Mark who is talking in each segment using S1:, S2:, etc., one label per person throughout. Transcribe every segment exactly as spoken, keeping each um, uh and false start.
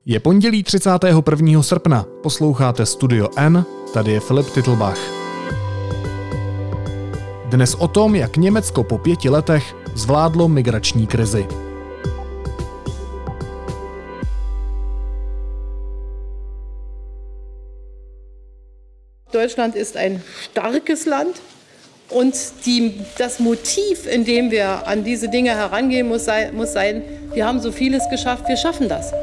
S1: Je pondělí třicátého prvního srpna, posloucháte Studio N, tady je Filip Titlbach. Dnes o tom, jak Německo po pěti letech zvládlo migrační krizi.
S2: Deutschland ist ein starkes Land und die, das Motiv, in dem wir an diese Dinge herangehen, muss sein, muss sein, wir haben so vieles geschafft, wir schaffen das.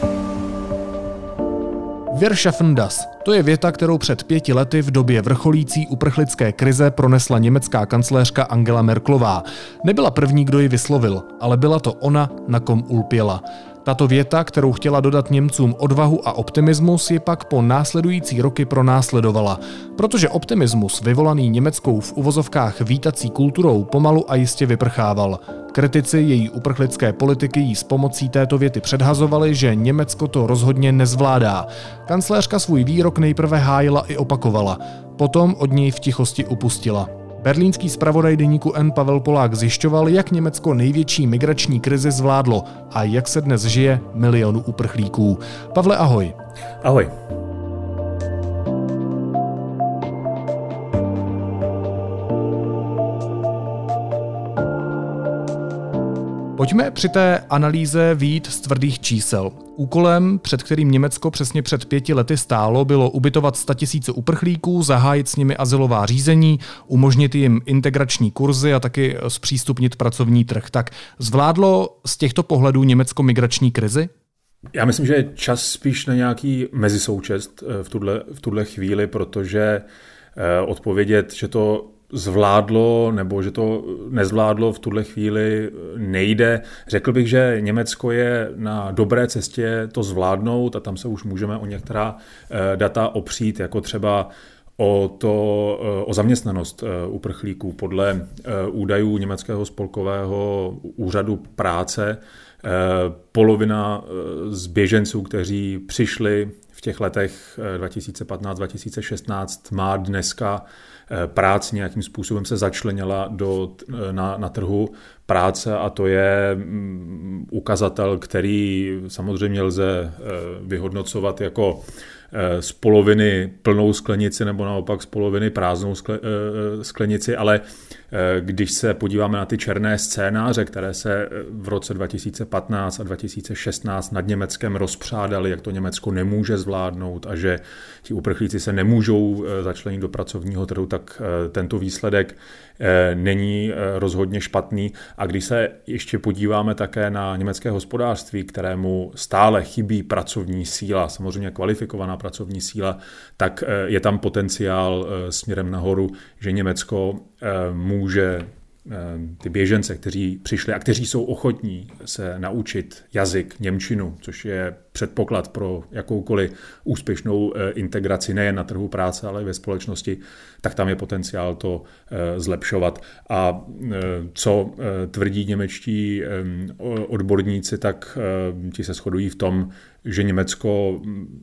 S1: Wir schaffen das. To je věta, kterou před pěti lety v době vrcholící uprchlické krize pronesla německá kancléřka Angela Merkelová. Nebyla první, kdo ji vyslovil, ale byla to ona, na kom ulpěla. Tato věta, kterou chtěla dodat Němcům odvahu a optimismus, ji pak po následující roky pronásledovala. Protože optimismus, vyvolaný německou v uvozovkách vítací kulturou, pomalu a jistě vyprchával. Kritici její uprchlické politiky jí s pomocí této věty předhazovali, že Německo to rozhodně nezvládá. Kancléřka svůj výrok nejprve hájila i opakovala. Potom od něj v tichosti upustila. Berlínský zpravodaj deníku N Pavel Polák zjišťoval, jak Německo největší migrační krizi zvládlo a jak se dnes žije milionu uprchlíků. Pavle, ahoj.
S3: Ahoj.
S1: Pojďme při té analýze vyjít z tvrdých čísel. Úkolem, před kterým Německo přesně před pěti lety stálo, bylo ubytovat statisíce uprchlíků, zahájit s nimi azylová řízení, umožnit jim integrační kurzy a taky zpřístupnit pracovní trh. Tak zvládlo z těchto pohledů Německo migrační krizi?
S3: Já myslím, že je čas spíš na nějaký mezisoučet v tuhle, v tuhle chvíli, protože odpovědět, že to zvládlo nebo že to nezvládlo, v tuhle chvíli nejde. Řekl bych, že Německo je na dobré cestě to zvládnout a tam se už můžeme o některá data opřít, jako třeba o, to, o zaměstnanost uprchlíků. Podle údajů Německého spolkového úřadu práce polovina z běženců, kteří přišli v těch letech dva tisíce patnáct dva tisíce šestnáct, má dneska práci, nějakým způsobem se začlenila do, na, na trhu práce a to je ukazatel, který samozřejmě lze vyhodnocovat jako z poloviny plnou sklenici nebo naopak z poloviny prázdnou sklenici, ale když se podíváme na ty černé scénáře, které se v roce dva tisíce patnáct a dva tisíce šestnáct nad Německem rozpřádaly, jak to Německo nemůže zvládnout a že ti uprchlíci se nemůžou začlenit do pracovního trhu, tak tento výsledek není rozhodně špatný. A když se ještě podíváme také na německé hospodářství, kterému stále chybí pracovní síla, samozřejmě kvalifikovaná pracovní síla, tak je tam potenciál směrem nahoru, že Německo může ty běžence, kteří přišli a kteří jsou ochotní se naučit jazyk němčinu, což je předpoklad pro jakoukoliv úspěšnou integraci nejen na trhu práce, ale i ve společnosti, tak tam je potenciál to zlepšovat. A co tvrdí němečtí odborníci, tak ti se shodují v tom, že Německo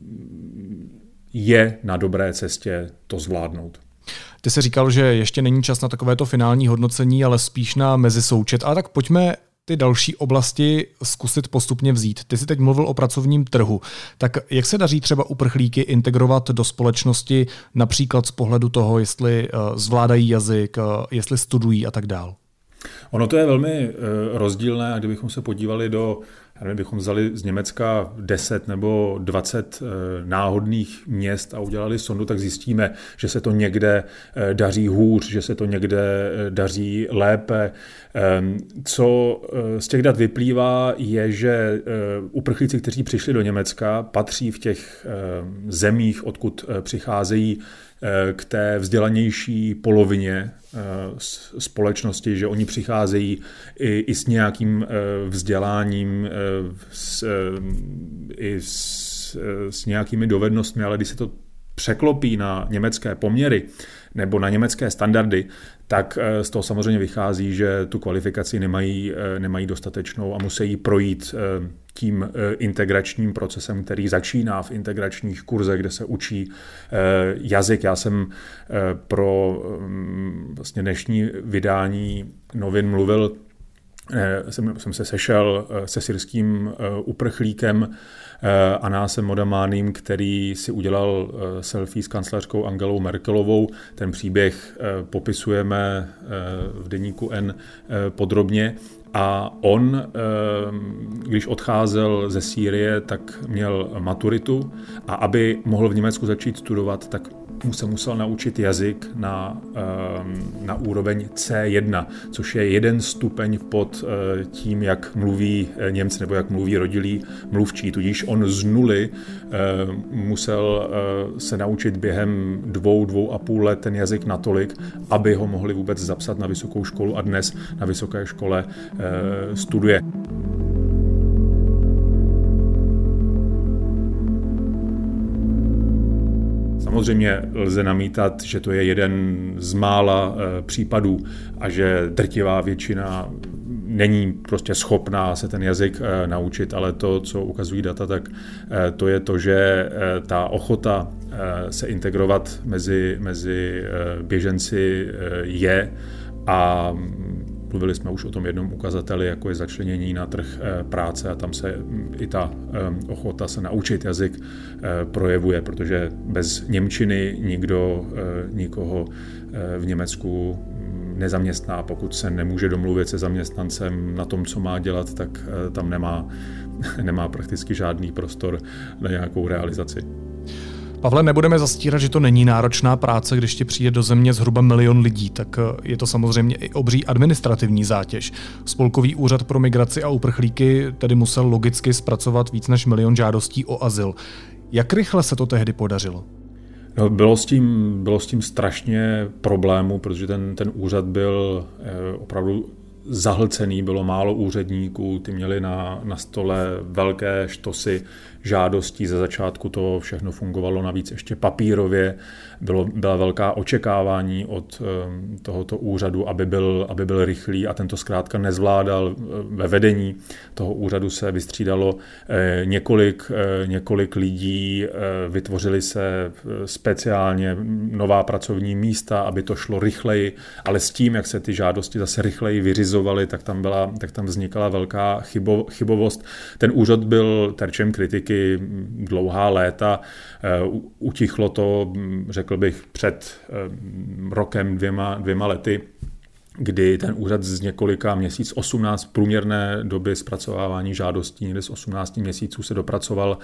S3: je na dobré cestě to zvládnout.
S1: Ty jsi říkal, že ještě není čas na takovéto finální hodnocení, ale spíš na mezisoučet. Ale tak pojďme ty další oblasti zkusit postupně vzít. Ty jsi teď mluvil o pracovním trhu. Tak jak se daří třeba uprchlíky integrovat do společnosti, například z pohledu toho, jestli zvládají jazyk, jestli studují a tak dál?
S3: Ono to je velmi rozdílné, a kdybychom se podívali do, kdybychom vzali z Německa deset nebo dvacet náhodných měst a udělali sondu, tak zjistíme, že se to někde daří hůř, že se to někde daří lépe. Co z těch dat vyplývá, je, že uprchlíci, kteří přišli do Německa, patří v těch zemích, odkud přicházejí, k té vzdělanější polovině společnosti, že oni přicházejí i, i s nějakým vzděláním, s, i s, s nějakými dovednostmi, ale když se to překlopí na německé poměry nebo na německé standardy, tak z toho samozřejmě vychází, že tu kvalifikaci nemají, nemají dostatečnou a musí projít tím integračním procesem, který začíná v integračních kurzech, kde se učí jazyk. Já jsem pro vlastně dnešní vydání novin mluvil jsem, jsem se sešel se syrským uprchlíkem Anásem Modamánem, který si udělal selfie s kancléřkou Angelou Merkelovou. Ten příběh popisujeme v deníku N podrobně. A on, když odcházel ze Sýrie, tak měl maturitu a aby mohl v Německu začít studovat, tak mu se musel naučit jazyk na, na úroveň C jedna, což je jeden stupeň pod tím, jak mluví Němci nebo jak mluví rodilí mluvčí. Tudíž on z nuly musel se naučit během dvou, dvou a půl let ten jazyk natolik, aby ho mohli vůbec zapsat na vysokou školu a dnes na vysoké škole studuje. Samozřejmě lze namítat, že to je jeden z mála případů a že drtivá většina není prostě schopná se ten jazyk naučit, ale to, co ukazují data, tak to je to, že ta ochota se integrovat mezi, mezi běženci je a mluvili jsme už o tom jednom ukazateli, jako je začlenění na trh práce a tam se i ta ochota se naučit jazyk projevuje, protože bez němčiny nikdo nikoho v Německu nezaměstná. Pokud se nemůže domluvit se zaměstnancem na tom, co má dělat, tak tam nemá, nemá prakticky žádný prostor na nějakou realizaci.
S1: Pavle, nebudeme zastírat, že to není náročná práce, když ti přijde do země zhruba milion lidí, tak je to samozřejmě i obří administrativní zátěž. Spolkový úřad pro migraci a uprchlíky tedy musel logicky zpracovat víc než milion žádostí o azyl. Jak rychle se to tehdy podařilo?
S3: No, bylo s tím, bylo s tím strašně problémů, protože ten, ten úřad byl eh, opravdu zahlcený, bylo málo úředníků, ty měli na, na stole velké štosy žádostí. Ze začátku to všechno fungovalo navíc ještě papírově. Bylo, byla velká očekávání od um, tohoto úřadu, aby byl, aby byl rychlý a tento zkrátka nezvládal. Ve vedení toho úřadu se vystřídalo eh, několik, eh, několik lidí, eh, vytvořily se speciálně nová pracovní místa, aby to šlo rychleji, ale s tím, jak se ty žádosti zase rychleji vyřizovaly, tak tam, byla, tak tam vznikala velká chybo, chybovost. Ten úřad byl terčem kritiky dlouhá léta. Utichlo to, řekl bych, před rokem, dvěma, dvěma lety, kdy ten úřad z několika měsíc, osmnáct průměrné doby zpracovávání žádostí, někde z osmnácti měsíců se dopracoval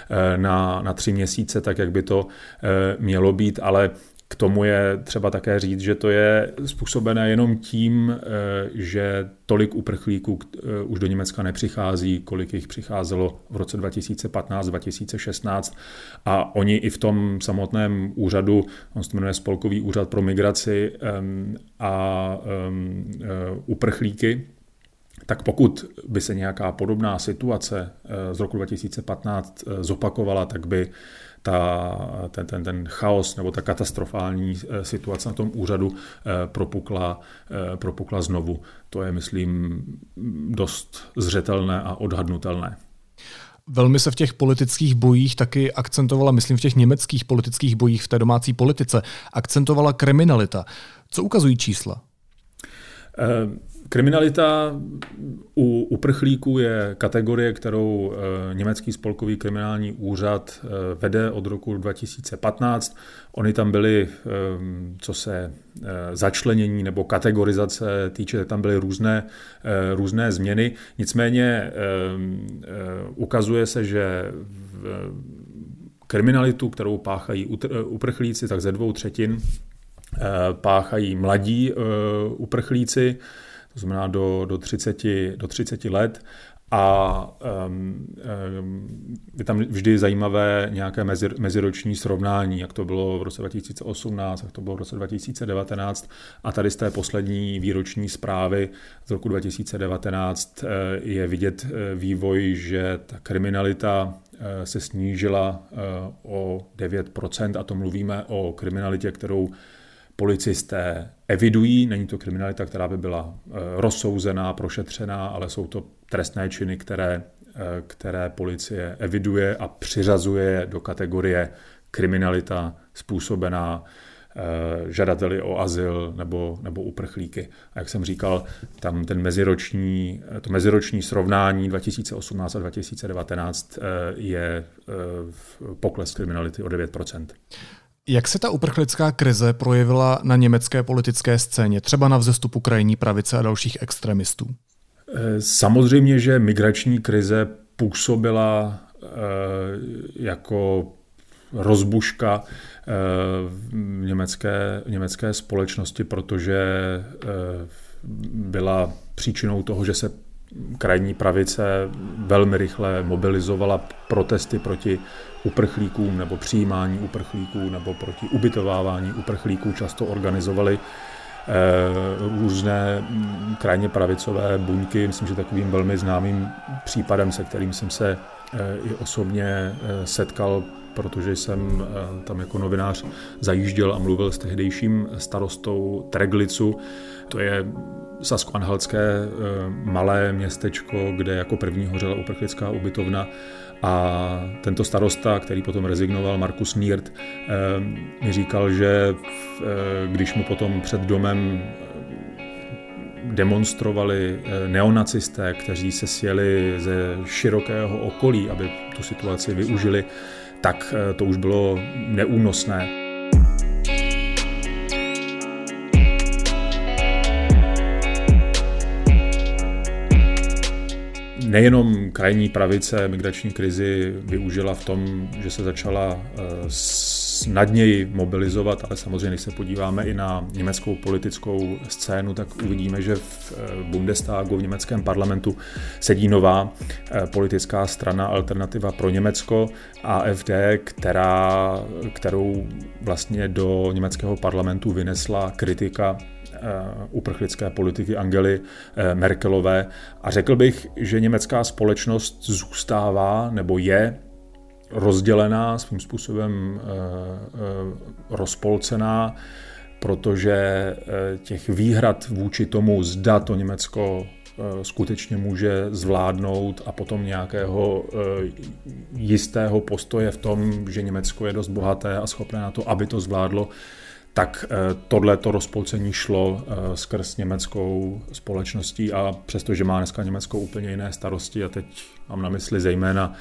S3: na, na tři měsíce, tak jak by to mělo být, ale k tomu je třeba také říct, že to je způsobené jenom tím, že tolik uprchlíků už do Německa nepřichází, kolik jich přicházelo v roce dva tisíce patnáct dva tisíce šestnáct a oni i v tom samotném úřadu, on se jmenuje Spolkový úřad pro migraci a uprchlíky, tak pokud by se nějaká podobná situace z roku dva tisíce patnáct zopakovala, tak by ta, ten, ten, ten chaos nebo ta katastrofální situace na tom úřadu propukla, propukla znovu. To je, myslím, dost zřetelné a odhadnutelné.
S1: Velmi se v těch politických bojích taky akcentovala, myslím v těch německých politických bojích v té domácí politice, akcentovala kriminalita. Co ukazují čísla?
S3: Kriminalita u uprchlíků je kategorie, kterou německý spolkový kriminální úřad vede od roku dva tisíce patnáct. Oni tam byli, co se začlenění nebo kategorizace týče, tam byly různé, různé změny. Nicméně ukazuje se, že kriminalitu, kterou páchají uprchlíci, tak ze dvou třetin páchají mladí uprchlíci, to znamená do, do, třiceti, do třiceti let a um, um, je tam vždy zajímavé nějaké mezi, meziroční srovnání, jak to bylo v roce dva tisíce osmnáct, jak to bylo v roce dva tisíce devatenáct a tady z té poslední výroční zprávy z roku dva tisíce devatenáct je vidět vývoj, že ta kriminalita se snížila o devět procent a to mluvíme o kriminalitě, kterou policisté evidují. Není to kriminalita, která by byla rozsouzená, prošetřená, ale jsou to trestné činy, které, které policie eviduje a přiřazuje do kategorie kriminalita způsobená žadateli o azyl nebo, nebo uprchlíky. A jak jsem říkal, tam ten meziroční, to meziroční srovnání dva tisíce osmnáct a dva tisíce devatenáct je pokles kriminality o devět procent.
S1: Jak se ta uprchlická krize projevila na německé politické scéně, třeba na vzestupu krajní pravice a dalších extremistů?
S3: Samozřejmě, že migrační krize působila jako rozbuška v německé, německé společnosti, protože byla příčinou toho, že se krajní pravice velmi rychle mobilizovala protesty proti uprchlíkům nebo přijímání uprchlíků nebo proti ubytovávání uprchlíků. Často organizovali různé krajně pravicové buňky. Myslím, že takovým velmi známým případem, se kterým jsem se i osobně setkal, protože jsem tam jako novinář zajížděl a mluvil s tehdejším starostou Treglicu. To je sasko-anhaltské malé městečko, kde jako první hořela uprchlická ubytovna. A tento starosta, který potom rezignoval, Markus Niert, mi říkal, že když mu potom před domem demonstrovali neonacisté, kteří se sjeli ze širokého okolí, aby tu situaci využili, tak to už bylo neúnosné. Nejenom krajní pravice migrační krizi využila v tom, že se začala snadněji mobilizovat, ale samozřejmě, když se podíváme i na německou politickou scénu, tak uvidíme, že v Bundestagu, v německém parlamentu, sedí nová politická strana Alternativa pro Německo, A F D, která, kterou vlastně do německého parlamentu vynesla kritika uprchlické politiky Angely Merkelové. A řekl bych, že německá společnost zůstává nebo je rozdělená, svým způsobem rozpolcená, protože těch výhrad vůči tomu, zda to Německo skutečně může zvládnout a potom nějakého jistého postoje v tom, že Německo je dost bohaté a schopné na to, aby to zvládlo, tak tohleto rozpolcení šlo skrz německou společností a přestože má dneska Německo úplně jiné starosti a teď mám na mysli zejména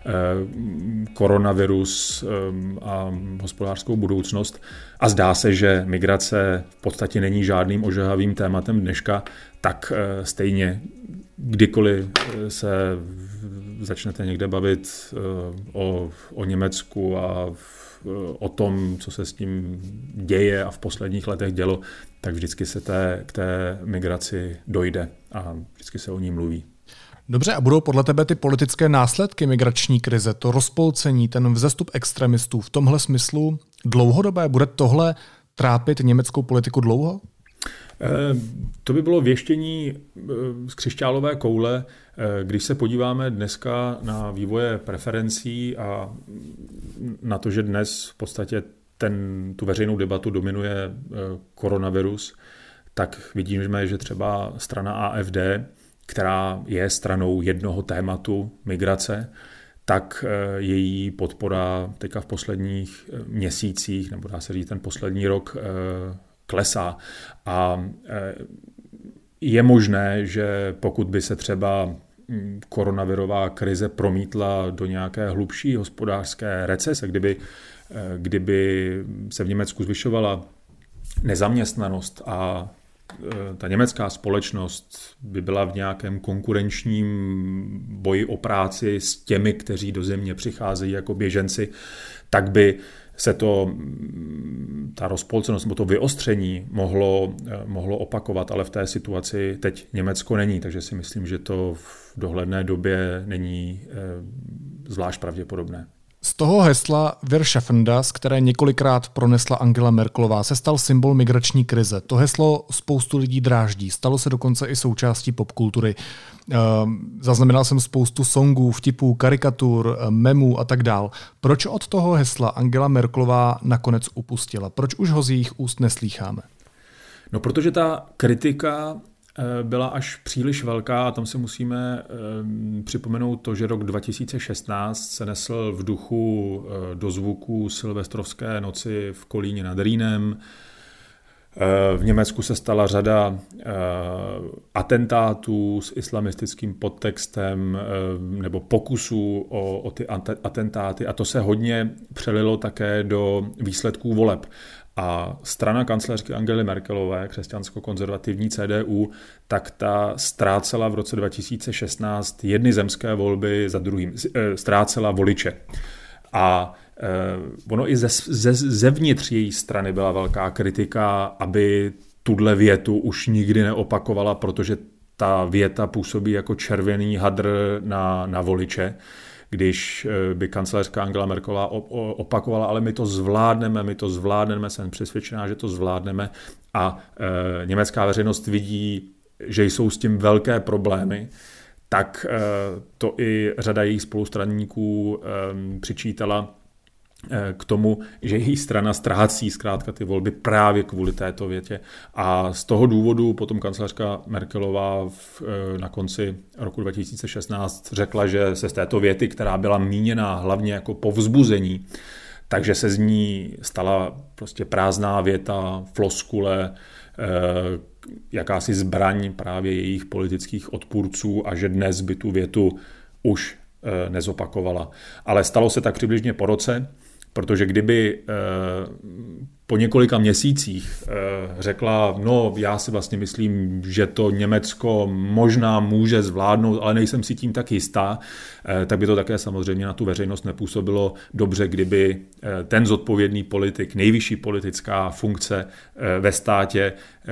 S3: koronavirus a hospodářskou budoucnost a zdá se, že migrace v podstatě není žádným ožehavým tématem dneška, tak stejně kdykoliv se začnete někde bavit o, o Německu a o tom, co se s tím děje a v posledních letech dělo, tak vždycky se té, k té migraci dojde a vždycky se o ní mluví.
S1: Dobře, a budou podle tebe ty politické následky migrační krize, to rozpolcení, ten vzestup extremistů v tomhle smyslu dlouhodobé? Bude tohle trápit německou politiku dlouho?
S3: To by bylo věštění z křišťálové koule. Když se podíváme dneska na vývoje preferencí a na to, že dnes v podstatě ten, tu veřejnou debatu dominuje koronavirus, tak vidíme, že třeba strana A F D, která je stranou jednoho tématu migrace, tak její podpora teďka v posledních měsících, nebo dá se říct ten poslední rok, klesá. A je možné, že pokud by se třeba koronavirová krize promítla do nějaké hlubší hospodářské recese, kdyby, kdyby se v Německu zvyšovala nezaměstnanost a ta německá společnost by byla v nějakém konkurenčním boji o práci s těmi, kteří do země přicházejí jako běženci, tak by se to, ta rozpolcenost nebo to vyostření mohlo, mohlo opakovat, ale v té situaci teď Německo není, takže si myslím, že to v dohledné době není zvlášť pravděpodobné.
S1: Z toho hesla Wir schaffen das, které několikrát pronesla Angela Merkelová, se stal symbol migrační krize. To heslo spoustu lidí dráždí, stalo se dokonce i součástí popkultury. Zaznamenal jsem spoustu songů, vtipů, karikatur, memů a tak dál. Proč od toho hesla Angela Merkelová nakonec upustila? Proč už ho z jejich úst neslýcháme?
S3: No, protože ta kritika byla až příliš velká a tam si musíme připomenout to, že rok dva tisíce šestnáct se nesl v duchu dozvuku silvestrovské noci v Kolíně nad Rýnem. V Německu se stala řada atentátů s islamistickým podtextem nebo pokusů o, o ty atentáty a to se hodně přelilo také do výsledků voleb. A strana kancléřky Angely Merkelové, křesťansko-konzervativní C D U, tak ta ztrácela v roce dva tisíce šestnáct jedny zemské volby za druhým, ztrácela voliče. A ono i ze, ze, zevnitř její strany byla velká kritika, aby tuhle větu už nikdy neopakovala, protože ta věta působí jako červený hadr na, na voliče. Když by kancléřka Angela Merkelová opakovala, ale my to zvládneme, my to zvládneme, jsem přesvědčená, že to zvládneme a e, německá veřejnost vidí, že jsou s tím velké problémy, tak e, to i řada jejich spolustraníků e, přičítala k tomu, že její strana ztrácí zkrátka ty volby právě kvůli této větě. A z toho důvodu potom kancléřka Merkelová v, na konci roku dva tisíce šestnáct řekla, že se z této věty, která byla míněná hlavně jako povzbuzení, takže se z ní stala prostě prázdná věta, floskule, jakási zbraň právě jejich politických odpůrců a že dnes by tu větu už nezopakovala. Ale stalo se tak přibližně po roce, protože kdyby po několika měsících řekla, no já si vlastně myslím, že to Německo možná může zvládnout, ale nejsem si tím tak jistá, tak by to také samozřejmě na tu veřejnost nepůsobilo dobře, kdyby ten zodpovědný politik, nejvyšší politická funkce ve státě,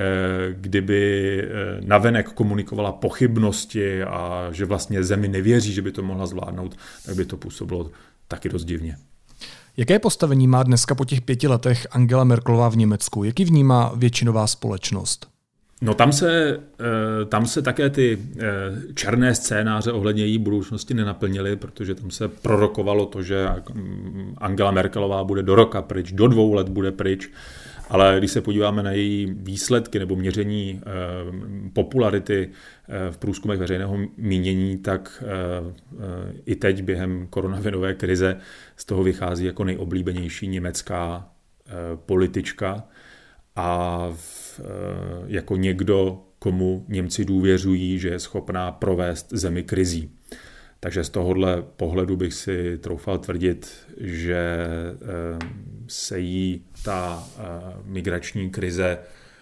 S3: kdyby navenek komunikovala pochybnosti a že vlastně zemi nevěří, že by to mohla zvládnout, tak by to působilo taky dost divně.
S1: Jaké postavení má dneska po těch pěti letech Angela Merkelová v Německu? Jaký vnímá většinová společnost?
S3: No tam se, tam se také ty černé scénáře ohledně její budoucnosti nenaplnily, protože tam se prorokovalo to, že Angela Merkelová bude do roka pryč, do dvou let bude pryč, ale když se podíváme na její výsledky nebo měření popularity v průzkumech veřejného mínění, tak i teď během koronavirové krize z toho vychází jako nejoblíbenější německá politička a jako někdo, komu Němci důvěřují, že je schopná provést zemi krizí. Takže z tohohle pohledu bych si troufal tvrdit, že se jí ta migrační krize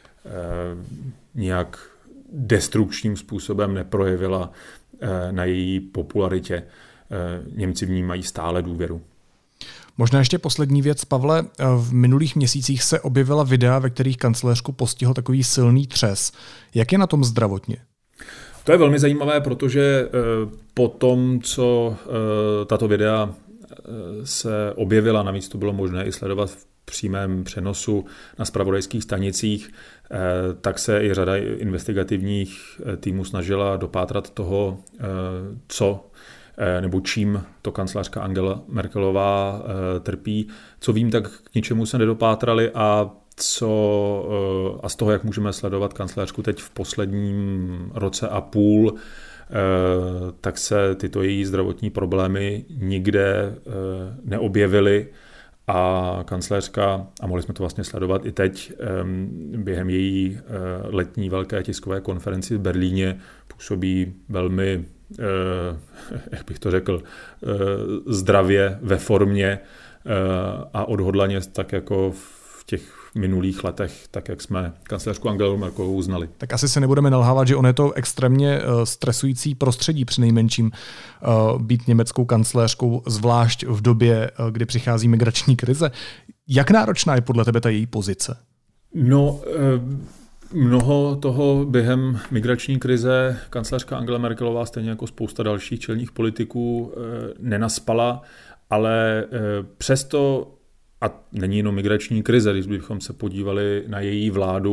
S3: nějak destrukčním způsobem neprojevila na její popularitě. Němci v ní mají stále důvěru.
S1: Možná ještě poslední věc, Pavle. V minulých měsících se objevila videa, ve kterých kancléřku postihl takový silný třes. Jak je na tom zdravotně?
S3: To je velmi zajímavé, protože po tom, co tato videa se objevila, navíc to bylo možné i sledovat v přímém přenosu na zpravodajských stanicích, tak se i řada investigativních týmů snažila dopátrat toho, co nebo čím to kancléřka Angela Merkelová trpí. Co vím, tak k ničemu se nedopátrali a co a z toho, jak můžeme sledovat kancléřku teď v posledním roce a půl, tak se tyto její zdravotní problémy nikde neobjevily a kancléřka, a mohli jsme to vlastně sledovat i teď, během její letní velké tiskové konferenci v Berlíně působí velmi, jak bych to řekl, zdravě, ve formě a odhodlaně, tak jako v těch minulých letech, tak jak jsme kancléřku Angelu Merkelovou znali.
S1: Tak asi se nebudeme nalhávat, že on je to extrémně stresující prostředí přinejmenším být německou kancléřkou, zvlášť v době, kdy přichází migrační krize. Jak náročná je podle tebe ta její pozice?
S3: No, mnoho toho během migrační krize kancléřka Angela Merkelová, stejně jako spousta dalších čelních politiků, nenaspala, ale přesto, a není jenom migrační krize, když bychom se podívali na její vládu,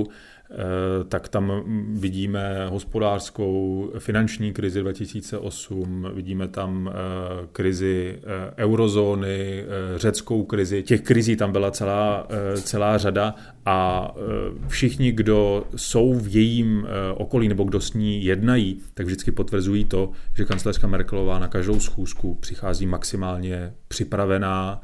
S3: tak tam vidíme hospodářskou finanční krizi dva tisíce osm, vidíme tam krizi eurozóny, řeckou krizi. Těch krizí tam byla celá, celá řada a všichni, kdo jsou v jejím okolí nebo kdo s ní jednají, tak vždycky potvrzují to, že kancléřka Merkelová na každou schůzku přichází maximálně připravená,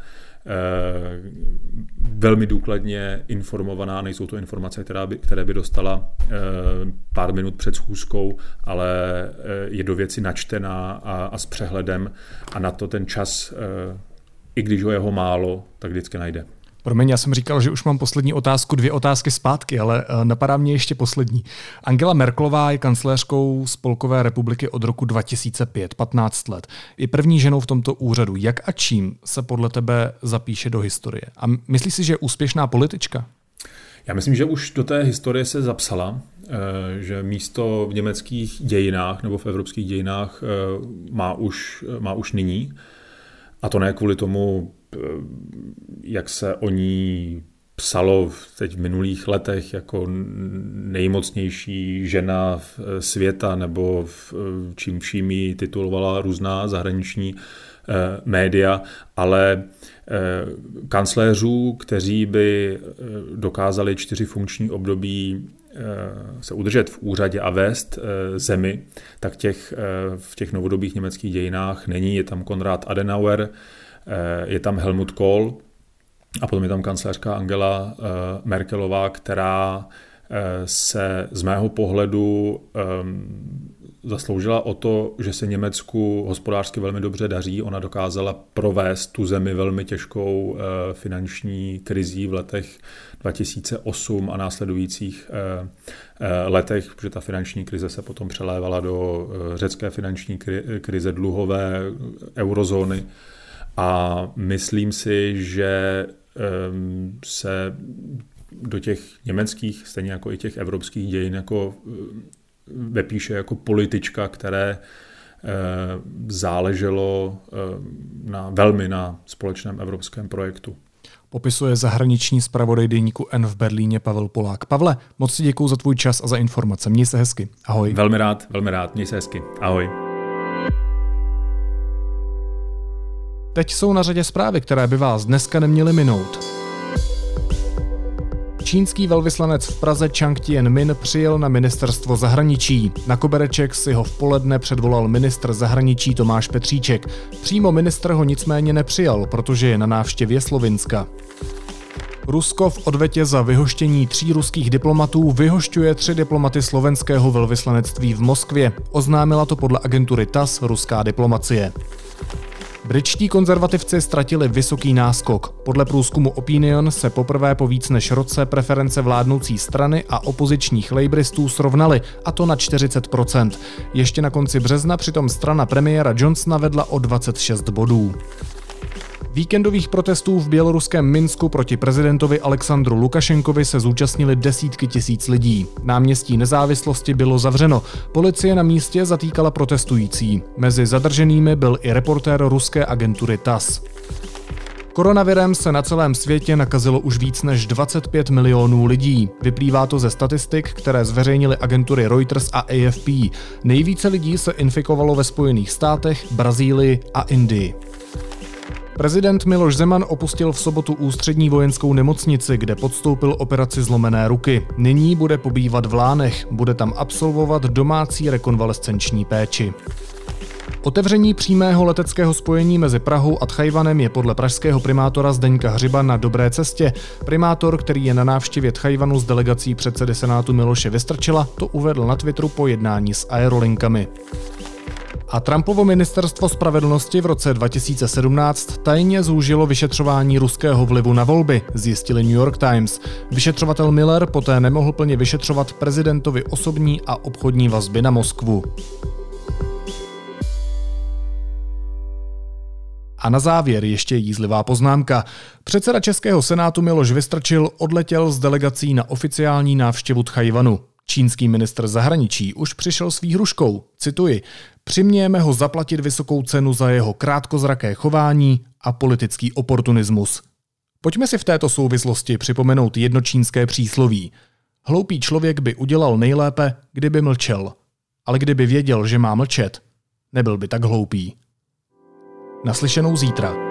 S3: velmi důkladně informovaná, nejsou to informace, které by, které by dostala pár minut před schůzkou, ale je do věci načtená a, a s přehledem a na to ten čas, i když ho je ho málo, tak vždycky najde.
S1: Promiň, já jsem říkal, že už mám poslední otázku, dvě otázky zpátky, ale napadá mě ještě poslední. Angela Merkelová je kancléřkou Spolkové republiky od roku dva tisíce pět, patnáct let. Je první ženou v tomto úřadu. Jak a čím se podle tebe zapíše do historie? A myslíš si, že je úspěšná politička?
S3: Já myslím, že už do té historie se zapsala, že místo v německých dějinách nebo v evropských dějinách má už, má už nyní. A to ne kvůli tomu, jak se o ní psalo teď v minulých letech jako nejmocnější žena světa, nebo v, čím vším ji titulovala různá zahraniční eh, média, ale eh, kancléřů, kteří by dokázali čtyři funkční období eh, se udržet v úřadě a vést eh, zemi, tak těch eh, v těch novodobých německých dějinách není. Je tam Konrad Adenauer, je tam Helmut Kohl a potom je tam kancléřka Angela Merkelová, která se z mého pohledu zasloužila o to, že se Německu hospodářsky velmi dobře daří. Ona dokázala provést tu zemi velmi těžkou finanční krizí v letech dva tisíce osm a následujících letech, protože ta finanční krize se potom přelévala do řecké finanční krize, dluhové, eurozóny. A myslím si, že se do těch německých, stejně jako i těch evropských dějin, jako vepíše jako politička, které záleželo na, velmi na společném evropském projektu.
S1: Popisuje zahraniční zpravodaj deníku N v Berlíně Pavel Polák. Pavle, moc si děkuju za tvůj čas a za informace. Měj se hezky. Ahoj.
S3: Velmi rád, velmi rád. Měj se hezky. Ahoj.
S1: Teď jsou na řadě zprávy, které by vás dneska neměly minout. Čínský velvyslanec v Praze Chang Tien-min přijel na ministerstvo zahraničí. Na kobereček si ho v poledne předvolal ministr zahraničí Tomáš Petříček. Přímo ministr ho nicméně nepřijal, protože je na návštěvě Slovinska. Rusko v odvetě za vyhoštění tří ruských diplomatů vyhošťuje tři diplomaty slovenského velvyslanectví v Moskvě. Oznámila to podle agentury T A S ruská diplomacie. Britští konzervativci ztratili vysoký náskok. Podle průzkumu Opinion se poprvé po víc než roce preference vládnoucí strany a opozičních labouristů srovnaly, a to na čtyřicet procent. Ještě na konci března přitom strana premiéra Johnsona vedla o dvacet šest bodů. Víkendových protestů v běloruském Minsku proti prezidentovi Alexandru Lukašenkovi se zúčastnili desítky tisíc lidí. Náměstí Nezávislosti bylo zavřeno. Policie na místě zatýkala protestující. Mezi zadrženými byl i reportér ruské agentury T A S. Koronavirem se na celém světě nakazilo už víc než dvacet pět milionů lidí. Vyplývá to ze statistik, které zveřejnily agentury Reuters a A F P. Nejvíce lidí se infikovalo ve Spojených státech, Brazílii a Indii. Prezident Miloš Zeman opustil v sobotu ústřední vojenskou nemocnici, kde podstoupil operaci zlomené ruky. Nyní bude pobývat v Lánech, bude tam absolvovat domácí rekonvalescenční péči. Otevření přímého leteckého spojení mezi Prahou a Tchajwanem je podle pražského primátora Zdeňka Hřiba na dobré cestě. Primátor, který je na návštěvě Tchajwanu s delegací předsedy Senátu Miloše Vystrčila, to uvedl na Twitteru po jednání s aerolinkami. A Trumpovo ministerstvo spravedlnosti v roce dva tisíce sedmnáct tajně zúžilo vyšetřování ruského vlivu na volby, zjistili New York Times. Vyšetřovatel Miller poté nemohl plně vyšetřovat prezidentovi osobní a obchodní vazby na Moskvu. A na závěr ještě jízlivá poznámka. Předseda Českého senátu Miloš Vystrčil odletěl s delegací na oficiální návštěvu Tchajwanu. Čínský ministr zahraničí už přišel s výhruškou, cituji, přimějeme ho zaplatit vysokou cenu za jeho krátkozraké chování a politický oportunismus. Pojďme si v této souvislosti připomenout jedno čínské přísloví. Hloupý člověk by udělal nejlépe, kdyby mlčel. Ale kdyby věděl, že má mlčet, nebyl by tak hloupý. Naslyšenou zítra.